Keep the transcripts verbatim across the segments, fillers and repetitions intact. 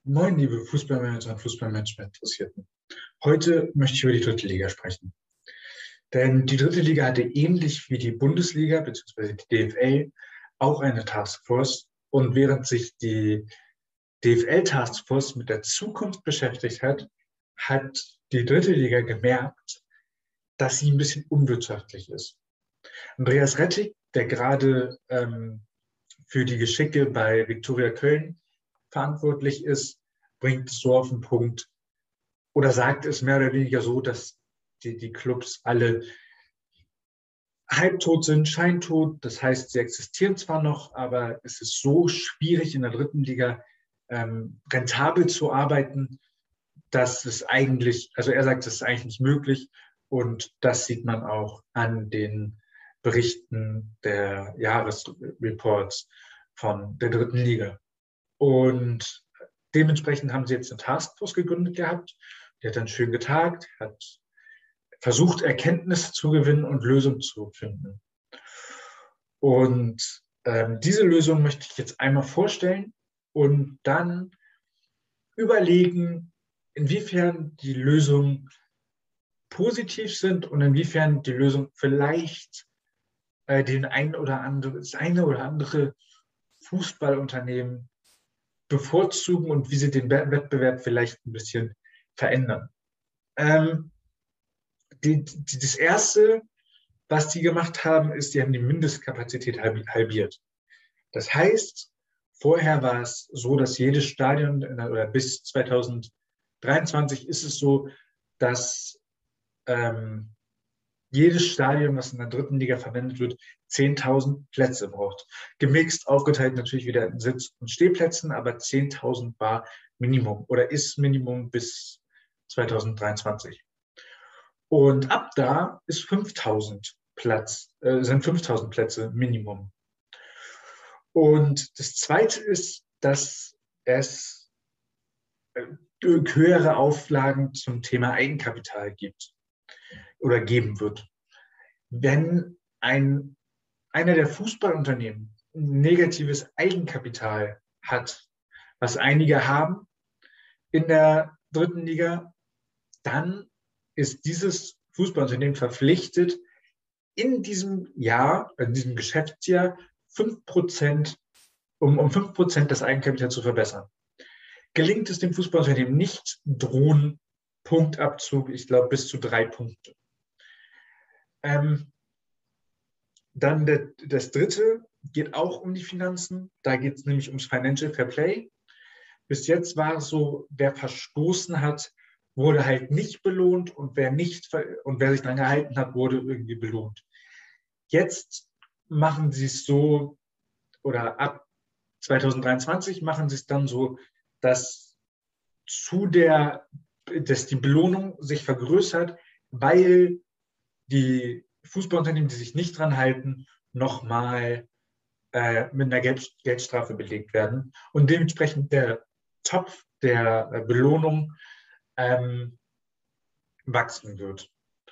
Moin, liebe Fußballmanager und Fußballmanagement-Interessierten. Heute möchte ich über die dritte Liga sprechen. Denn die dritte Liga hatte ähnlich wie die Bundesliga bzw. die D F L auch eine Taskforce. Und während sich die D F L-Taskforce mit der Zukunft beschäftigt hat, hat die dritte Liga gemerkt, dass sie ein bisschen unwirtschaftlich ist. Andreas Rettig, der gerade ähm, für die Geschicke bei Viktoria Köln verantwortlich ist, bringt es so auf den Punkt oder sagt es mehr oder weniger so, dass die, die Clubs alle halbtot sind, scheintot. Das heißt, sie existieren zwar noch, aber es ist so schwierig in der dritten Liga ähm, rentabel zu arbeiten, dass es eigentlich, also er sagt, es ist eigentlich nicht möglich und das sieht man auch an den Berichten der Jahresreports von der dritten Liga. Und dementsprechend haben sie jetzt eine Taskforce gegründet gehabt. Die hat dann schön getagt, hat versucht, Erkenntnisse zu gewinnen und Lösungen zu finden. Und ähm, diese Lösung möchte ich jetzt einmal vorstellen und dann überlegen, inwiefern die Lösungen positiv sind und inwiefern die Lösung vielleicht äh, den ein oder andere, das eine oder andere Fußballunternehmen bevorzugen und wie sie den Wettbewerb vielleicht ein bisschen verändern. Ähm, die, die, das Erste, was die gemacht haben, ist, die haben die Mindestkapazität halbiert. Das heißt, vorher war es so, dass jedes Stadion, oder bis zweitausenddreiundzwanzig ist es so, dass ähm, jedes Stadion, was in der dritten Liga verwendet wird, zehntausend Plätze braucht. Gemixt, aufgeteilt natürlich wieder in Sitz- und Stehplätzen, aber zehntausend war Minimum oder ist Minimum bis zweitausenddreiundzwanzig. Und ab da ist fünftausend Platz, äh, sind fünftausend Plätze Minimum. Und das Zweite ist, dass es äh, höhere Auflagen zum Thema Eigenkapital gibt oder geben wird. Wenn ein, einer der Fußballunternehmen ein negatives Eigenkapital hat, was einige haben in der dritten Liga, dann ist dieses Fußballunternehmen verpflichtet, in diesem Jahr, in diesem Geschäftsjahr, fünf Prozent, um, um fünf Prozent das Eigenkapital zu verbessern. Gelingt es dem Fußballunternehmen nicht, drohen Punktabzug, ich glaube, bis zu drei Punkte. Ähm, dann der, das Dritte geht auch um die Finanzen. Da geht es nämlich ums Financial Fair Play. Bis jetzt war es so, wer verstoßen hat, wurde halt nicht belohnt und wer nicht und wer sich daran gehalten hat, wurde irgendwie belohnt. Jetzt machen sie es so, oder ab zweitausenddreiundzwanzig machen sie es dann so, dass zu der, dass die Belohnung sich vergrößert, weil die Fußballunternehmen, die sich nicht dran halten, nochmal äh, mit einer Geld, Geldstrafe belegt werden und dementsprechend der Topf der äh, Belohnung ähm, wachsen wird.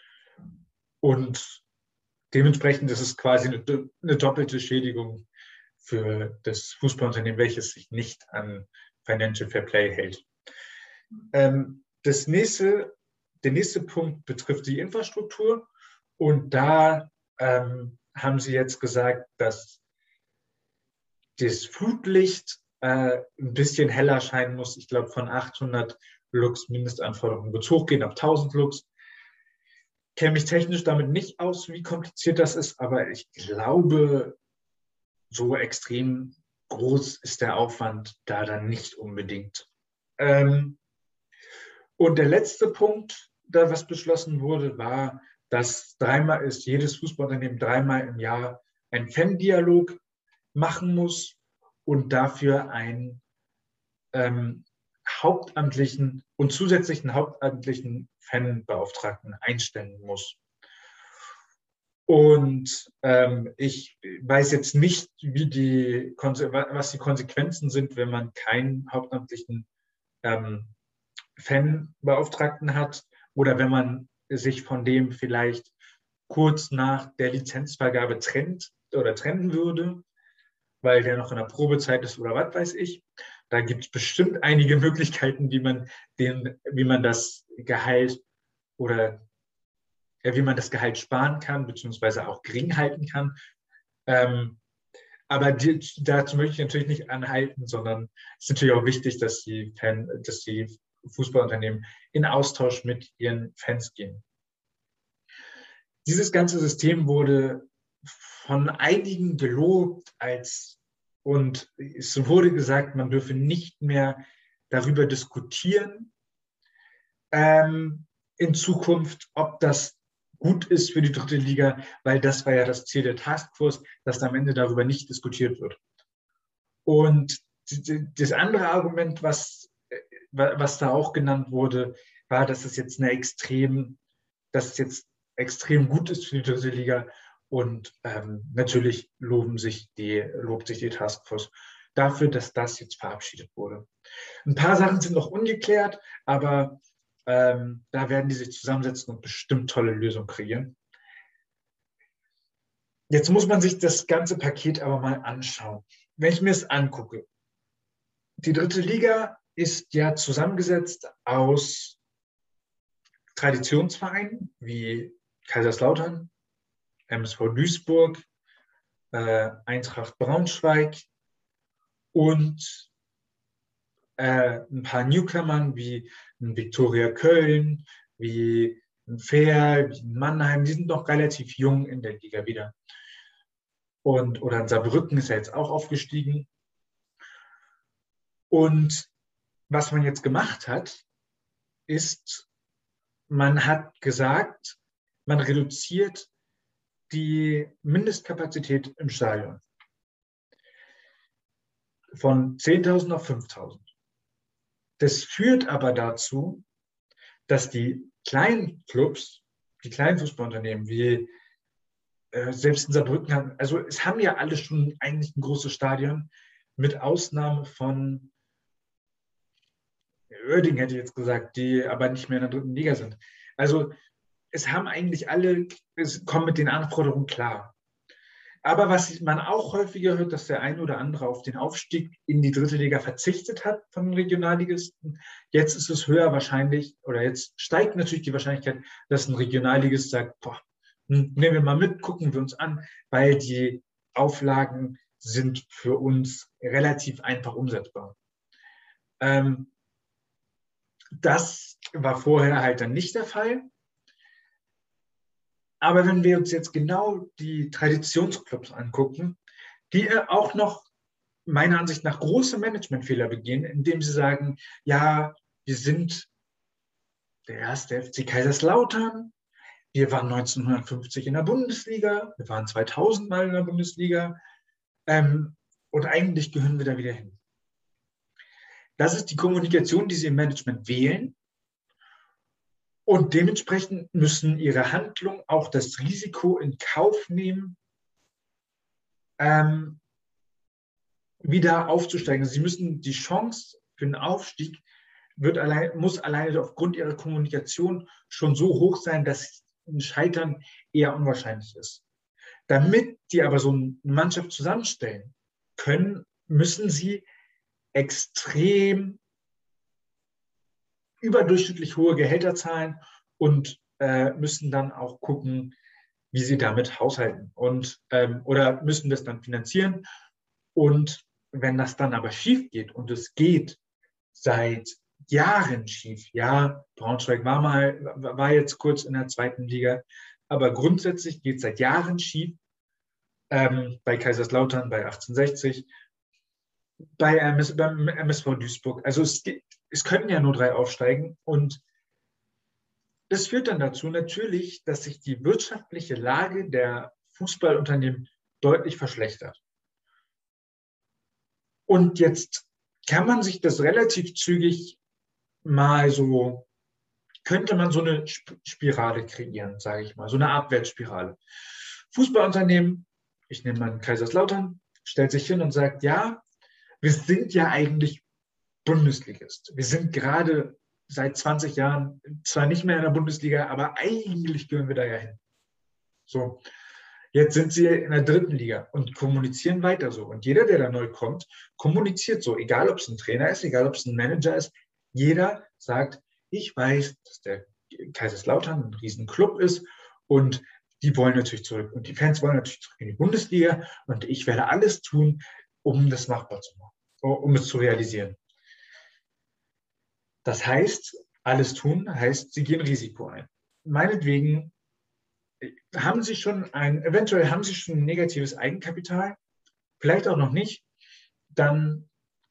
Und dementsprechend ist es quasi eine, eine doppelte Schädigung für das Fußballunternehmen, welches sich nicht an Financial Fair Play hält. Ähm, das nächste, der nächste Punkt betrifft die Infrastruktur. Und da ähm, haben sie jetzt gesagt, dass das Flutlicht äh, ein bisschen heller scheinen muss. Ich glaube, von achthundert Lux Mindestanforderungen wird es hochgehen auf tausend Lux. Ich kenne mich technisch damit nicht aus, wie kompliziert das ist, aber ich glaube, so extrem groß ist der Aufwand da dann nicht unbedingt. Ähm, und der letzte Punkt, da was beschlossen wurde, war, dass dreimal ist jedes Fußballunternehmen dreimal im Jahr einen Fan-Dialog machen muss und dafür einen ähm, hauptamtlichen und zusätzlichen hauptamtlichen Fanbeauftragten einstellen muss. Und ähm, ich weiß jetzt nicht, wie die, was die Konsequenzen sind, wenn man keinen hauptamtlichen ähm, Fanbeauftragten hat oder wenn man sich von dem vielleicht kurz nach der Lizenzvergabe trennt oder trennen würde, weil der noch in der Probezeit ist oder was weiß ich. Da gibt es bestimmt einige Möglichkeiten, wie man, den, wie man das Gehalt oder ja, wie man das Gehalt sparen kann, beziehungsweise auch gering halten kann. Ähm, aber die, dazu möchte ich natürlich nicht anhalten, sondern es ist natürlich auch wichtig, dass die, Fan, dass die Fußballunternehmen in Austausch mit ihren Fans gehen. Dieses ganze System wurde von einigen gelobt als, und es wurde gesagt, man dürfe nicht mehr darüber diskutieren ähm, in Zukunft, ob das gut ist für die dritte Liga, weil das war ja das Ziel der Taskforce, dass am Ende darüber nicht diskutiert wird. Und das andere Argument, was, was da auch genannt wurde, war, dass es jetzt eine extrem, dass es jetzt extrem gut ist für die dritte Liga. Und ähm, natürlich loben sich die, lobt sich die Taskforce dafür, dass das jetzt verabschiedet wurde. Ein paar Sachen sind noch ungeklärt, aber ähm, da werden die sich zusammensetzen und bestimmt tolle Lösungen kreieren. Jetzt muss man sich das ganze Paket aber mal anschauen. Wenn ich mir es angucke, die dritte Liga ist ja zusammengesetzt aus Traditionsvereinen wie Kaiserslautern, M S V Duisburg, äh, Eintracht Braunschweig und äh, ein paar Newcomern wie ein Viktoria Köln, wie ein Fair, wie ein Mannheim, die sind noch relativ jung in der Liga wieder. Und, oder ein Saarbrücken ist ja jetzt auch aufgestiegen. Und was man jetzt gemacht hat, ist, man hat gesagt, man reduziert die Mindestkapazität im Stadion von zehntausend auf fünftausend. Das führt aber dazu, dass die kleinen Clubs, die kleinen Fußballunternehmen, wie äh, selbst in Saarbrücken, haben, also es haben ja alle schon eigentlich ein großes Stadion, mit Ausnahme von Oerding, hätte ich jetzt gesagt, die aber nicht mehr in der dritten Liga sind. Also es haben eigentlich alle, es kommen mit den Anforderungen klar. Aber was man auch häufiger hört, dass der ein oder andere auf den Aufstieg in die dritte Liga verzichtet hat von den Regionalligisten. Jetzt ist es höher wahrscheinlich, oder jetzt steigt natürlich die Wahrscheinlichkeit, dass ein Regionalligist sagt, boah, nehmen wir mal mit, gucken wir uns an, weil die Auflagen sind für uns relativ einfach umsetzbar. Ähm, das war vorher halt dann nicht der Fall. Aber wenn wir uns jetzt genau die Traditionsclubs angucken, die auch noch meiner Ansicht nach große Managementfehler begehen, indem sie sagen, ja, wir sind der erste F C Kaiserslautern, wir waren neunzehnhundertfünfzig in der Bundesliga, wir waren zweitausend Mal in der Bundesliga ähm, und eigentlich gehören wir da wieder hin. Das ist die Kommunikation, die sie im Management wählen. Und dementsprechend müssen ihre Handlungen auch das Risiko in Kauf nehmen, ähm, wieder aufzusteigen. Sie müssen die Chance für den Aufstieg wird allein, muss alleine aufgrund ihrer Kommunikation schon so hoch sein, dass ein Scheitern eher unwahrscheinlich ist. Damit die aber so eine Mannschaft zusammenstellen können, müssen sie extrem überdurchschnittlich hohe Gehälter zahlen und äh, müssen dann auch gucken, wie sie damit haushalten und ähm, oder müssen das dann finanzieren. Und wenn das dann aber schief geht, und es geht seit Jahren schief, ja, Braunschweig war mal, war jetzt kurz in der zweiten Liga, aber grundsätzlich geht es seit Jahren schief, ähm, bei Kaiserslautern, bei achtzehnhundertsechzig, bei M S, beim M S V Duisburg. Also es, es können ja nur drei aufsteigen und das führt dann dazu natürlich, dass sich die wirtschaftliche Lage der Fußballunternehmen deutlich verschlechtert. Und jetzt kann man sich das relativ zügig mal so, könnte man so eine Spirale kreieren, sage ich mal, so eine Abwärtsspirale. Fußballunternehmen, ich nehme mal Kaiserslautern, stellt sich hin und sagt, ja, wir sind ja eigentlich Bundesligist. Wir sind gerade seit zwanzig Jahren zwar nicht mehr in der Bundesliga, aber eigentlich gehören wir da ja hin. So, Jetzt sind sie in der dritten Liga und kommunizieren weiter so. Und jeder, der da neu kommt, kommuniziert so. Egal, ob es ein Trainer ist, egal, ob es ein Manager ist. Jeder sagt, ich weiß, dass der Kaiserslautern ein Riesenclub ist und die wollen natürlich zurück. Und die Fans wollen natürlich zurück in die Bundesliga. Und ich werde alles tun, um das machbar zu machen, um es zu realisieren. Das heißt, alles tun heißt, sie gehen Risiko ein. Meinetwegen haben sie schon ein, eventuell haben sie schon ein negatives Eigenkapital, vielleicht auch noch nicht, dann,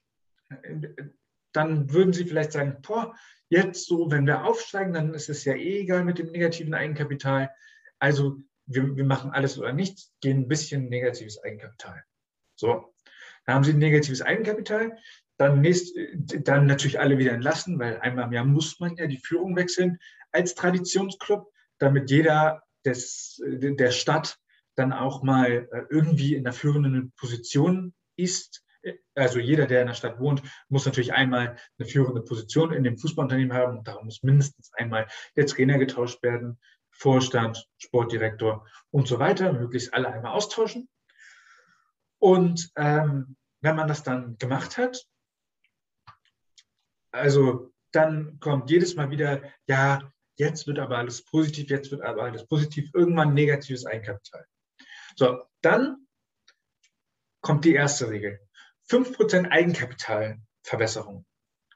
dann würden sie vielleicht sagen, boah, jetzt so, wenn wir aufsteigen, dann ist es ja eh egal mit dem negativen Eigenkapital. Also wir, wir machen alles oder nichts, gehen ein bisschen negatives Eigenkapital. So, dann haben sie ein negatives Eigenkapital, dann, nächst, dann natürlich alle wieder entlassen, weil einmal im Jahr muss man ja die Führung wechseln als Traditionsclub, damit jeder des, der Stadt dann auch mal irgendwie in der führenden Position ist. Also jeder, der in der Stadt wohnt, muss natürlich einmal eine führende Position in dem Fußballunternehmen haben und darum muss mindestens einmal der Trainer getauscht werden, Vorstand, Sportdirektor und so weiter, möglichst alle einmal austauschen. Und ähm, wenn man das dann gemacht hat, also dann kommt jedes Mal wieder, ja, jetzt wird aber alles positiv, jetzt wird aber alles positiv, irgendwann negatives Eigenkapital. So, dann kommt die erste Regel. fünf Prozent Eigenkapitalverbesserung.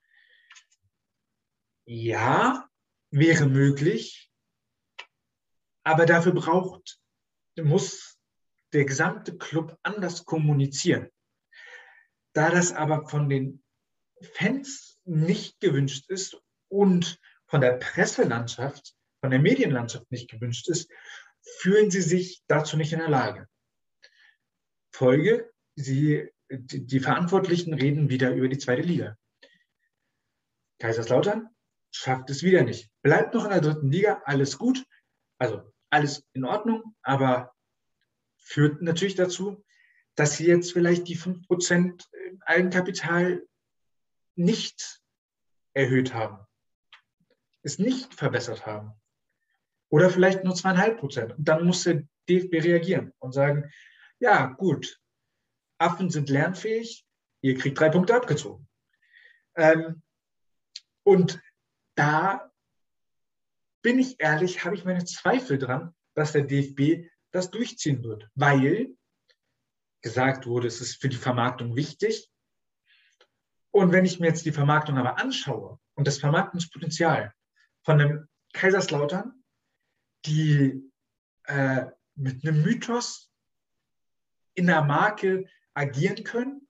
Ja, wäre möglich, aber dafür braucht, muss der gesamte Club anders kommunizieren. Da das aber von den Fans nicht gewünscht ist und von der Presselandschaft, von der Medienlandschaft nicht gewünscht ist, fühlen sie sich dazu nicht in der Lage. Folge, sie, die, die Verantwortlichen reden wieder über die zweite Liga. Kaiserslautern schafft es wieder nicht. Bleibt noch in der dritten Liga, alles gut, also alles in Ordnung, aber führt natürlich dazu, dass sie jetzt vielleicht die fünf Prozent Eigenkapital nicht erhöht haben, es nicht verbessert haben. Oder vielleicht nur zwei Komma fünf Prozent. Und dann muss der D F B reagieren und sagen, ja gut, Affen sind lernfähig, ihr kriegt drei Punkte abgezogen. Ähm, und da bin ich ehrlich, habe ich meine Zweifel dran, dass der D F B das durchziehen wird, weil gesagt wurde, es ist für die Vermarktung wichtig. Und wenn ich mir jetzt die Vermarktung aber anschaue und das Vermarktungspotenzial von einem Kaiserslautern, die äh, mit einem Mythos in der Marke agieren können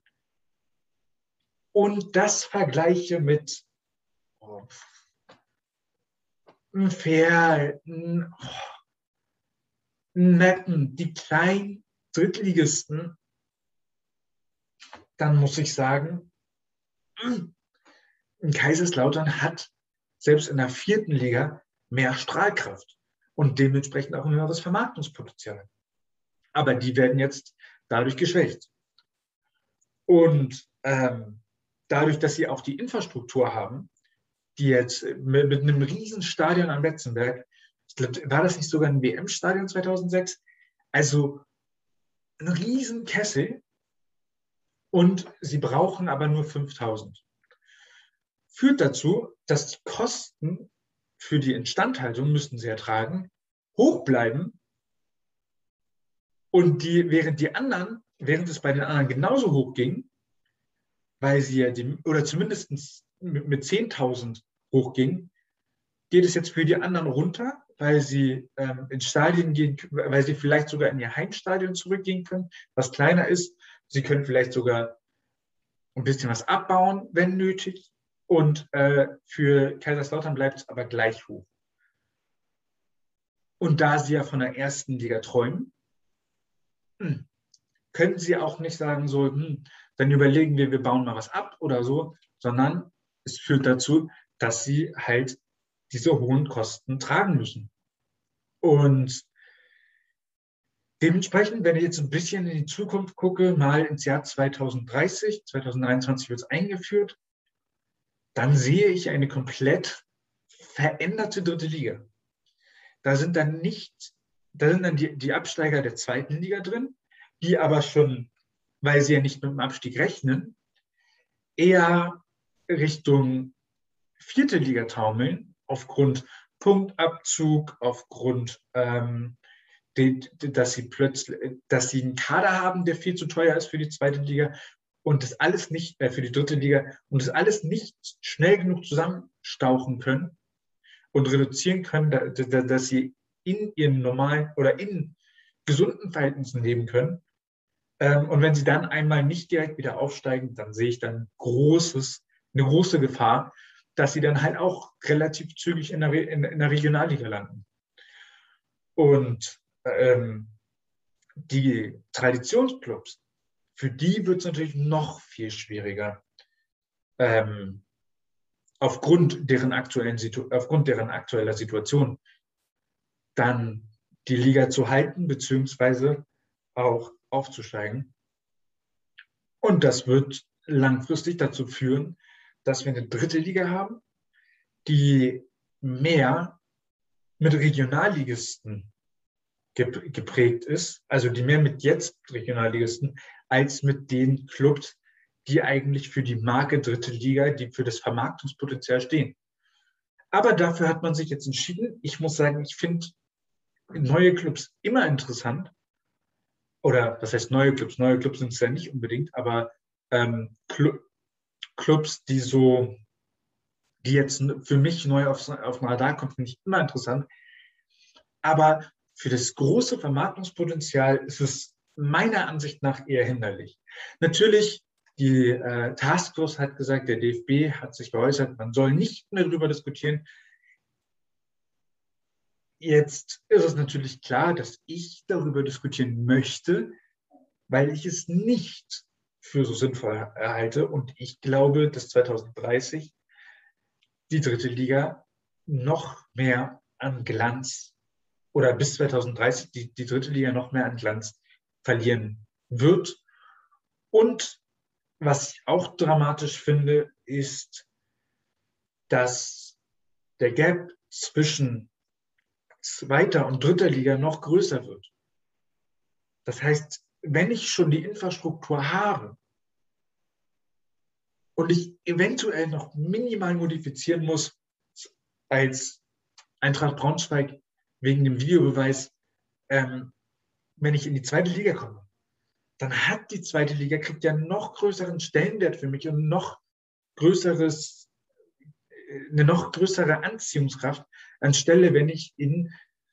und das vergleiche mit oh, ein Fair, ein, oh, ein Meppen, die kleinen Drittligisten, dann muss ich sagen, ein Kaiserslautern hat selbst in der vierten Liga mehr Strahlkraft und dementsprechend auch ein höheres Vermarktungspotenzial. Aber die werden jetzt dadurch geschwächt. Und ähm, dadurch, dass sie auch die Infrastruktur haben, die jetzt mit, mit einem riesen Stadion am Betzenberg, ich glaube, war das nicht sogar ein W M-Stadion zweitausendsechs? Also ein riesen Kessel und sie brauchen aber nur fünftausend. Führt dazu, dass die Kosten für die Instandhaltung, müssten sie ertragen, hoch bleiben und die, während die anderen, während es bei den anderen genauso hoch ging, weil sie ja die, oder zumindest mit, mit zehntausend hochging, geht es jetzt für die anderen runter, weil sie ähm, ins Stadion gehen, weil sie vielleicht sogar in ihr Heimstadion zurückgehen können, was kleiner ist. Sie können vielleicht sogar ein bisschen was abbauen, wenn nötig. Und äh, für Kaiserslautern bleibt es aber gleich hoch. Und da sie ja von der ersten Liga träumen, hm, können sie auch nicht sagen, so, hm, dann überlegen wir, wir bauen mal was ab oder so, sondern es führt dazu, dass sie halt diese hohen Kosten tragen müssen. Und dementsprechend, wenn ich jetzt ein bisschen in die Zukunft gucke, mal ins Jahr zweitausenddreißig, zweitausenddreiundzwanzig wird es eingeführt, dann sehe ich eine komplett veränderte dritte Liga. Da sind dann nicht da sind dann die, die Absteiger der zweiten Liga drin, die aber schon, weil sie ja nicht mit dem Abstieg rechnen, eher Richtung vierte Liga taumeln, aufgrund Punktabzug, aufgrund, ähm, die, die, dass sie plötzlich, dass sie einen Kader haben, der viel zu teuer ist für die zweite Liga und das alles nicht, äh, für die dritte Liga und das alles nicht schnell genug zusammenstauchen können und reduzieren können, da, da, dass sie in ihren normalen oder in gesunden Verhältnissen leben können. Ähm, und wenn sie dann einmal nicht direkt wieder aufsteigen, dann sehe ich dann großes, eine große Gefahr, dass sie dann halt auch relativ zügig in der, in, in der Regionalliga landen. Und ähm, die Traditionsclubs, für die wird es natürlich noch viel schwieriger, ähm, aufgrund, deren aktuellen Situ- aufgrund deren aktueller Situation dann die Liga zu halten, beziehungsweise auch aufzusteigen. Und das wird langfristig dazu führen, dass wir eine dritte Liga haben, die mehr mit Regionalligisten geprägt ist, also die mehr mit jetzt Regionalligisten, als mit den Clubs, die eigentlich für die Marke dritte Liga, die für das Vermarktungspotenzial stehen. Aber dafür hat man sich jetzt entschieden. Ich muss sagen, ich finde neue Clubs immer interessant. Oder was heißt neue Clubs? Neue Clubs sind es ja nicht unbedingt, aber ähm, Cl- Clubs, die so, die jetzt für mich neu aufs, auf den Radar kommen, finde ich immer interessant. Aber für das große Vermarktungspotenzial ist es meiner Ansicht nach eher hinderlich. Natürlich, die äh, Taskforce hat gesagt, der D F B hat sich geäußert, man soll nicht mehr darüber diskutieren. Jetzt ist es natürlich klar, dass ich darüber diskutieren möchte, weil ich es nicht für so sinnvoll halte. Und ich glaube, dass zwanzig dreißig die dritte Liga noch mehr an Glanz oder bis zwanzig dreißig die, die dritte Liga noch mehr an Glanz verlieren wird. Und was ich auch dramatisch finde, ist, dass der Gap zwischen zweiter und dritter Liga noch größer wird. Das heißt, wenn ich schon die Infrastruktur habe und ich eventuell noch minimal modifizieren muss als Eintracht Braunschweig wegen dem Videobeweis, ähm, wenn ich in die zweite Liga komme, dann hat die zweite Liga, kriegt ja noch größeren Stellenwert für mich und noch größeres, eine noch größere Anziehungskraft, anstelle wenn ich in,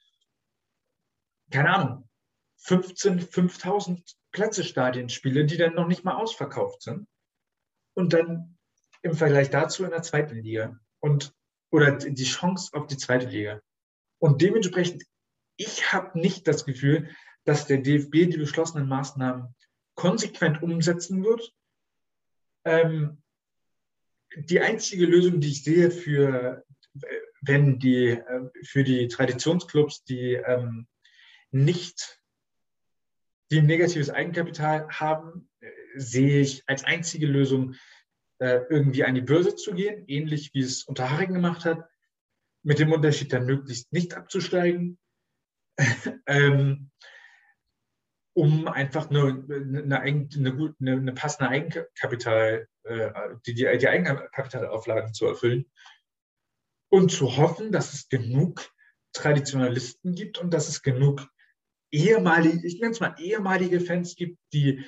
keine Ahnung, fünfzehn, fünftausend Plätze Stadien spiele, die dann noch nicht mal ausverkauft sind. Und dann im Vergleich dazu in der zweiten Liga und oder die Chance auf die zweite Liga. Und dementsprechend, ich habe nicht das Gefühl, dass der D F B die beschlossenen Maßnahmen konsequent umsetzen wird. Ähm, die einzige Lösung, die ich sehe für, wenn die, äh, für die Traditionsclubs, die ähm, nicht, die ein negatives Eigenkapital haben, äh, sehe ich als einzige Lösung, äh, irgendwie an die Börse zu gehen, ähnlich wie es Unterhaching gemacht hat, mit dem Unterschied dann möglichst nicht abzusteigen. ähm, um einfach eine, eine, eine, eine, eine passende Eigenkapital, äh, die, die, die Eigenkapitalauflagen zu erfüllen und zu hoffen, dass es genug Traditionalisten gibt und dass es genug ehemalige, ich nenne es mal ehemalige Fans gibt, die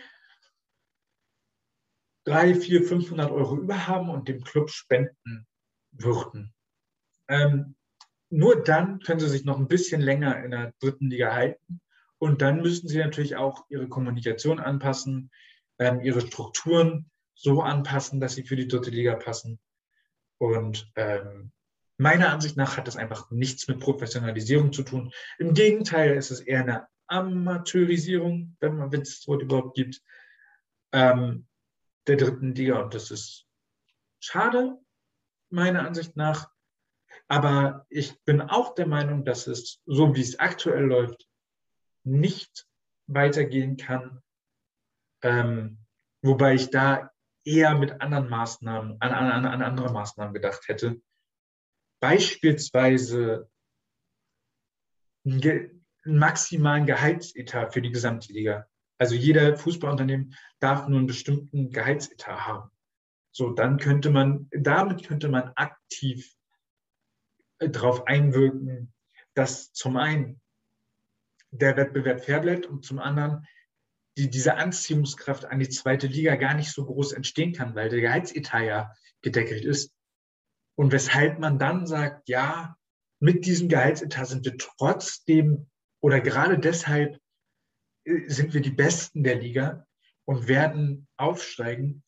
drei, vier, fünfhundert Euro über haben und dem Club spenden würden. Ähm, nur dann können sie sich noch ein bisschen länger in der dritten Liga halten. Und dann müssen sie natürlich auch ihre Kommunikation anpassen, ähm, ihre Strukturen so anpassen, dass sie für die dritte Liga passen. Und ähm, meiner Ansicht nach hat das einfach nichts mit Professionalisierung zu tun. Im Gegenteil, es ist eher eine Amateurisierung, wenn man wenn es das Wort überhaupt gibt, ähm, der dritten Liga. Und das ist schade, meiner Ansicht nach. Aber ich bin auch der Meinung, dass es, so wie es aktuell läuft, nicht weitergehen kann. Ähm, wobei ich da eher mit anderen Maßnahmen, an, an, an andere Maßnahmen gedacht hätte. Beispielsweise einen maximalen Gehaltsetat für die gesamte Liga. Also jeder Fußballunternehmen darf nur einen bestimmten Gehaltsetat haben. So, dann könnte man, damit könnte man aktiv darauf einwirken, dass zum einen der Wettbewerb fair bleibt und zum anderen die, diese Anziehungskraft an die zweite Liga gar nicht so groß entstehen kann, weil der Gehaltsetat ja gedeckelt ist. Und weshalb man dann sagt, ja, mit diesem Gehaltsetat sind wir trotzdem oder gerade deshalb sind wir die Besten der Liga und werden aufsteigen.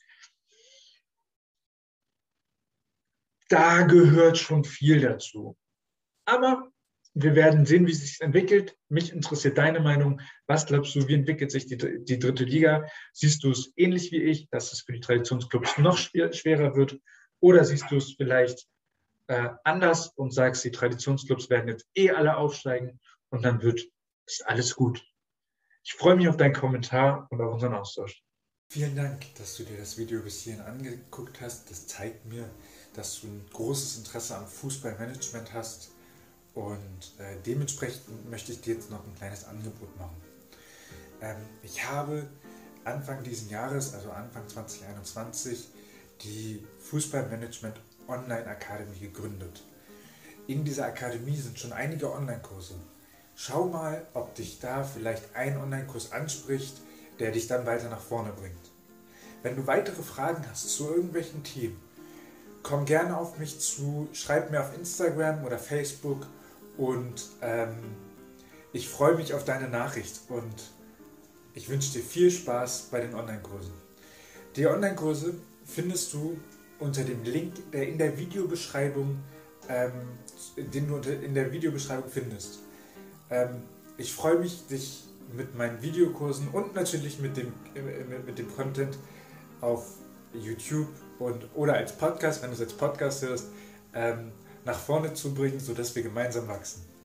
Da gehört schon viel dazu. Aber wir werden sehen, wie es sich entwickelt. Mich interessiert deine Meinung. Was glaubst du, wie entwickelt sich die, die dritte Liga? Siehst du es ähnlich wie ich, dass es für die Traditionsclubs noch schwer, schwerer wird? Oder siehst du es vielleicht äh, anders und sagst, die Traditionsclubs werden jetzt eh alle aufsteigen und dann wird ist alles gut? Ich freue mich auf deinen Kommentar und auf unseren Austausch. Vielen Dank, dass du dir das Video bis hierhin angeguckt hast. Das zeigt mir, dass du ein großes Interesse am Fußballmanagement hast. Und äh, dementsprechend möchte ich dir jetzt noch ein kleines Angebot machen. Ähm, ich habe Anfang dieses Jahres, also Anfang zwanzig einundzwanzig, die Fußballmanagement Online Akademie gegründet. In dieser Akademie sind schon einige Online-Kurse. Schau mal, ob dich da vielleicht ein Online-Kurs anspricht, der dich dann weiter nach vorne bringt. Wenn du weitere Fragen hast zu irgendwelchen Themen, komm gerne auf mich zu, schreib mir auf Instagram oder Facebook und ähm, ich freue mich auf deine Nachricht und ich wünsche dir viel Spaß bei den Online-Kursen. Die Online-Kurse findest du unter dem Link, der in der Videobeschreibung, ähm, den du in der Videobeschreibung findest. Ähm, ich freue mich, dich mit meinen Videokursen und natürlich mit dem, mit, mit dem Content auf YouTube und, oder als Podcast, wenn du es als Podcast hörst, ähm, nach vorne zu bringen, sodass wir gemeinsam wachsen.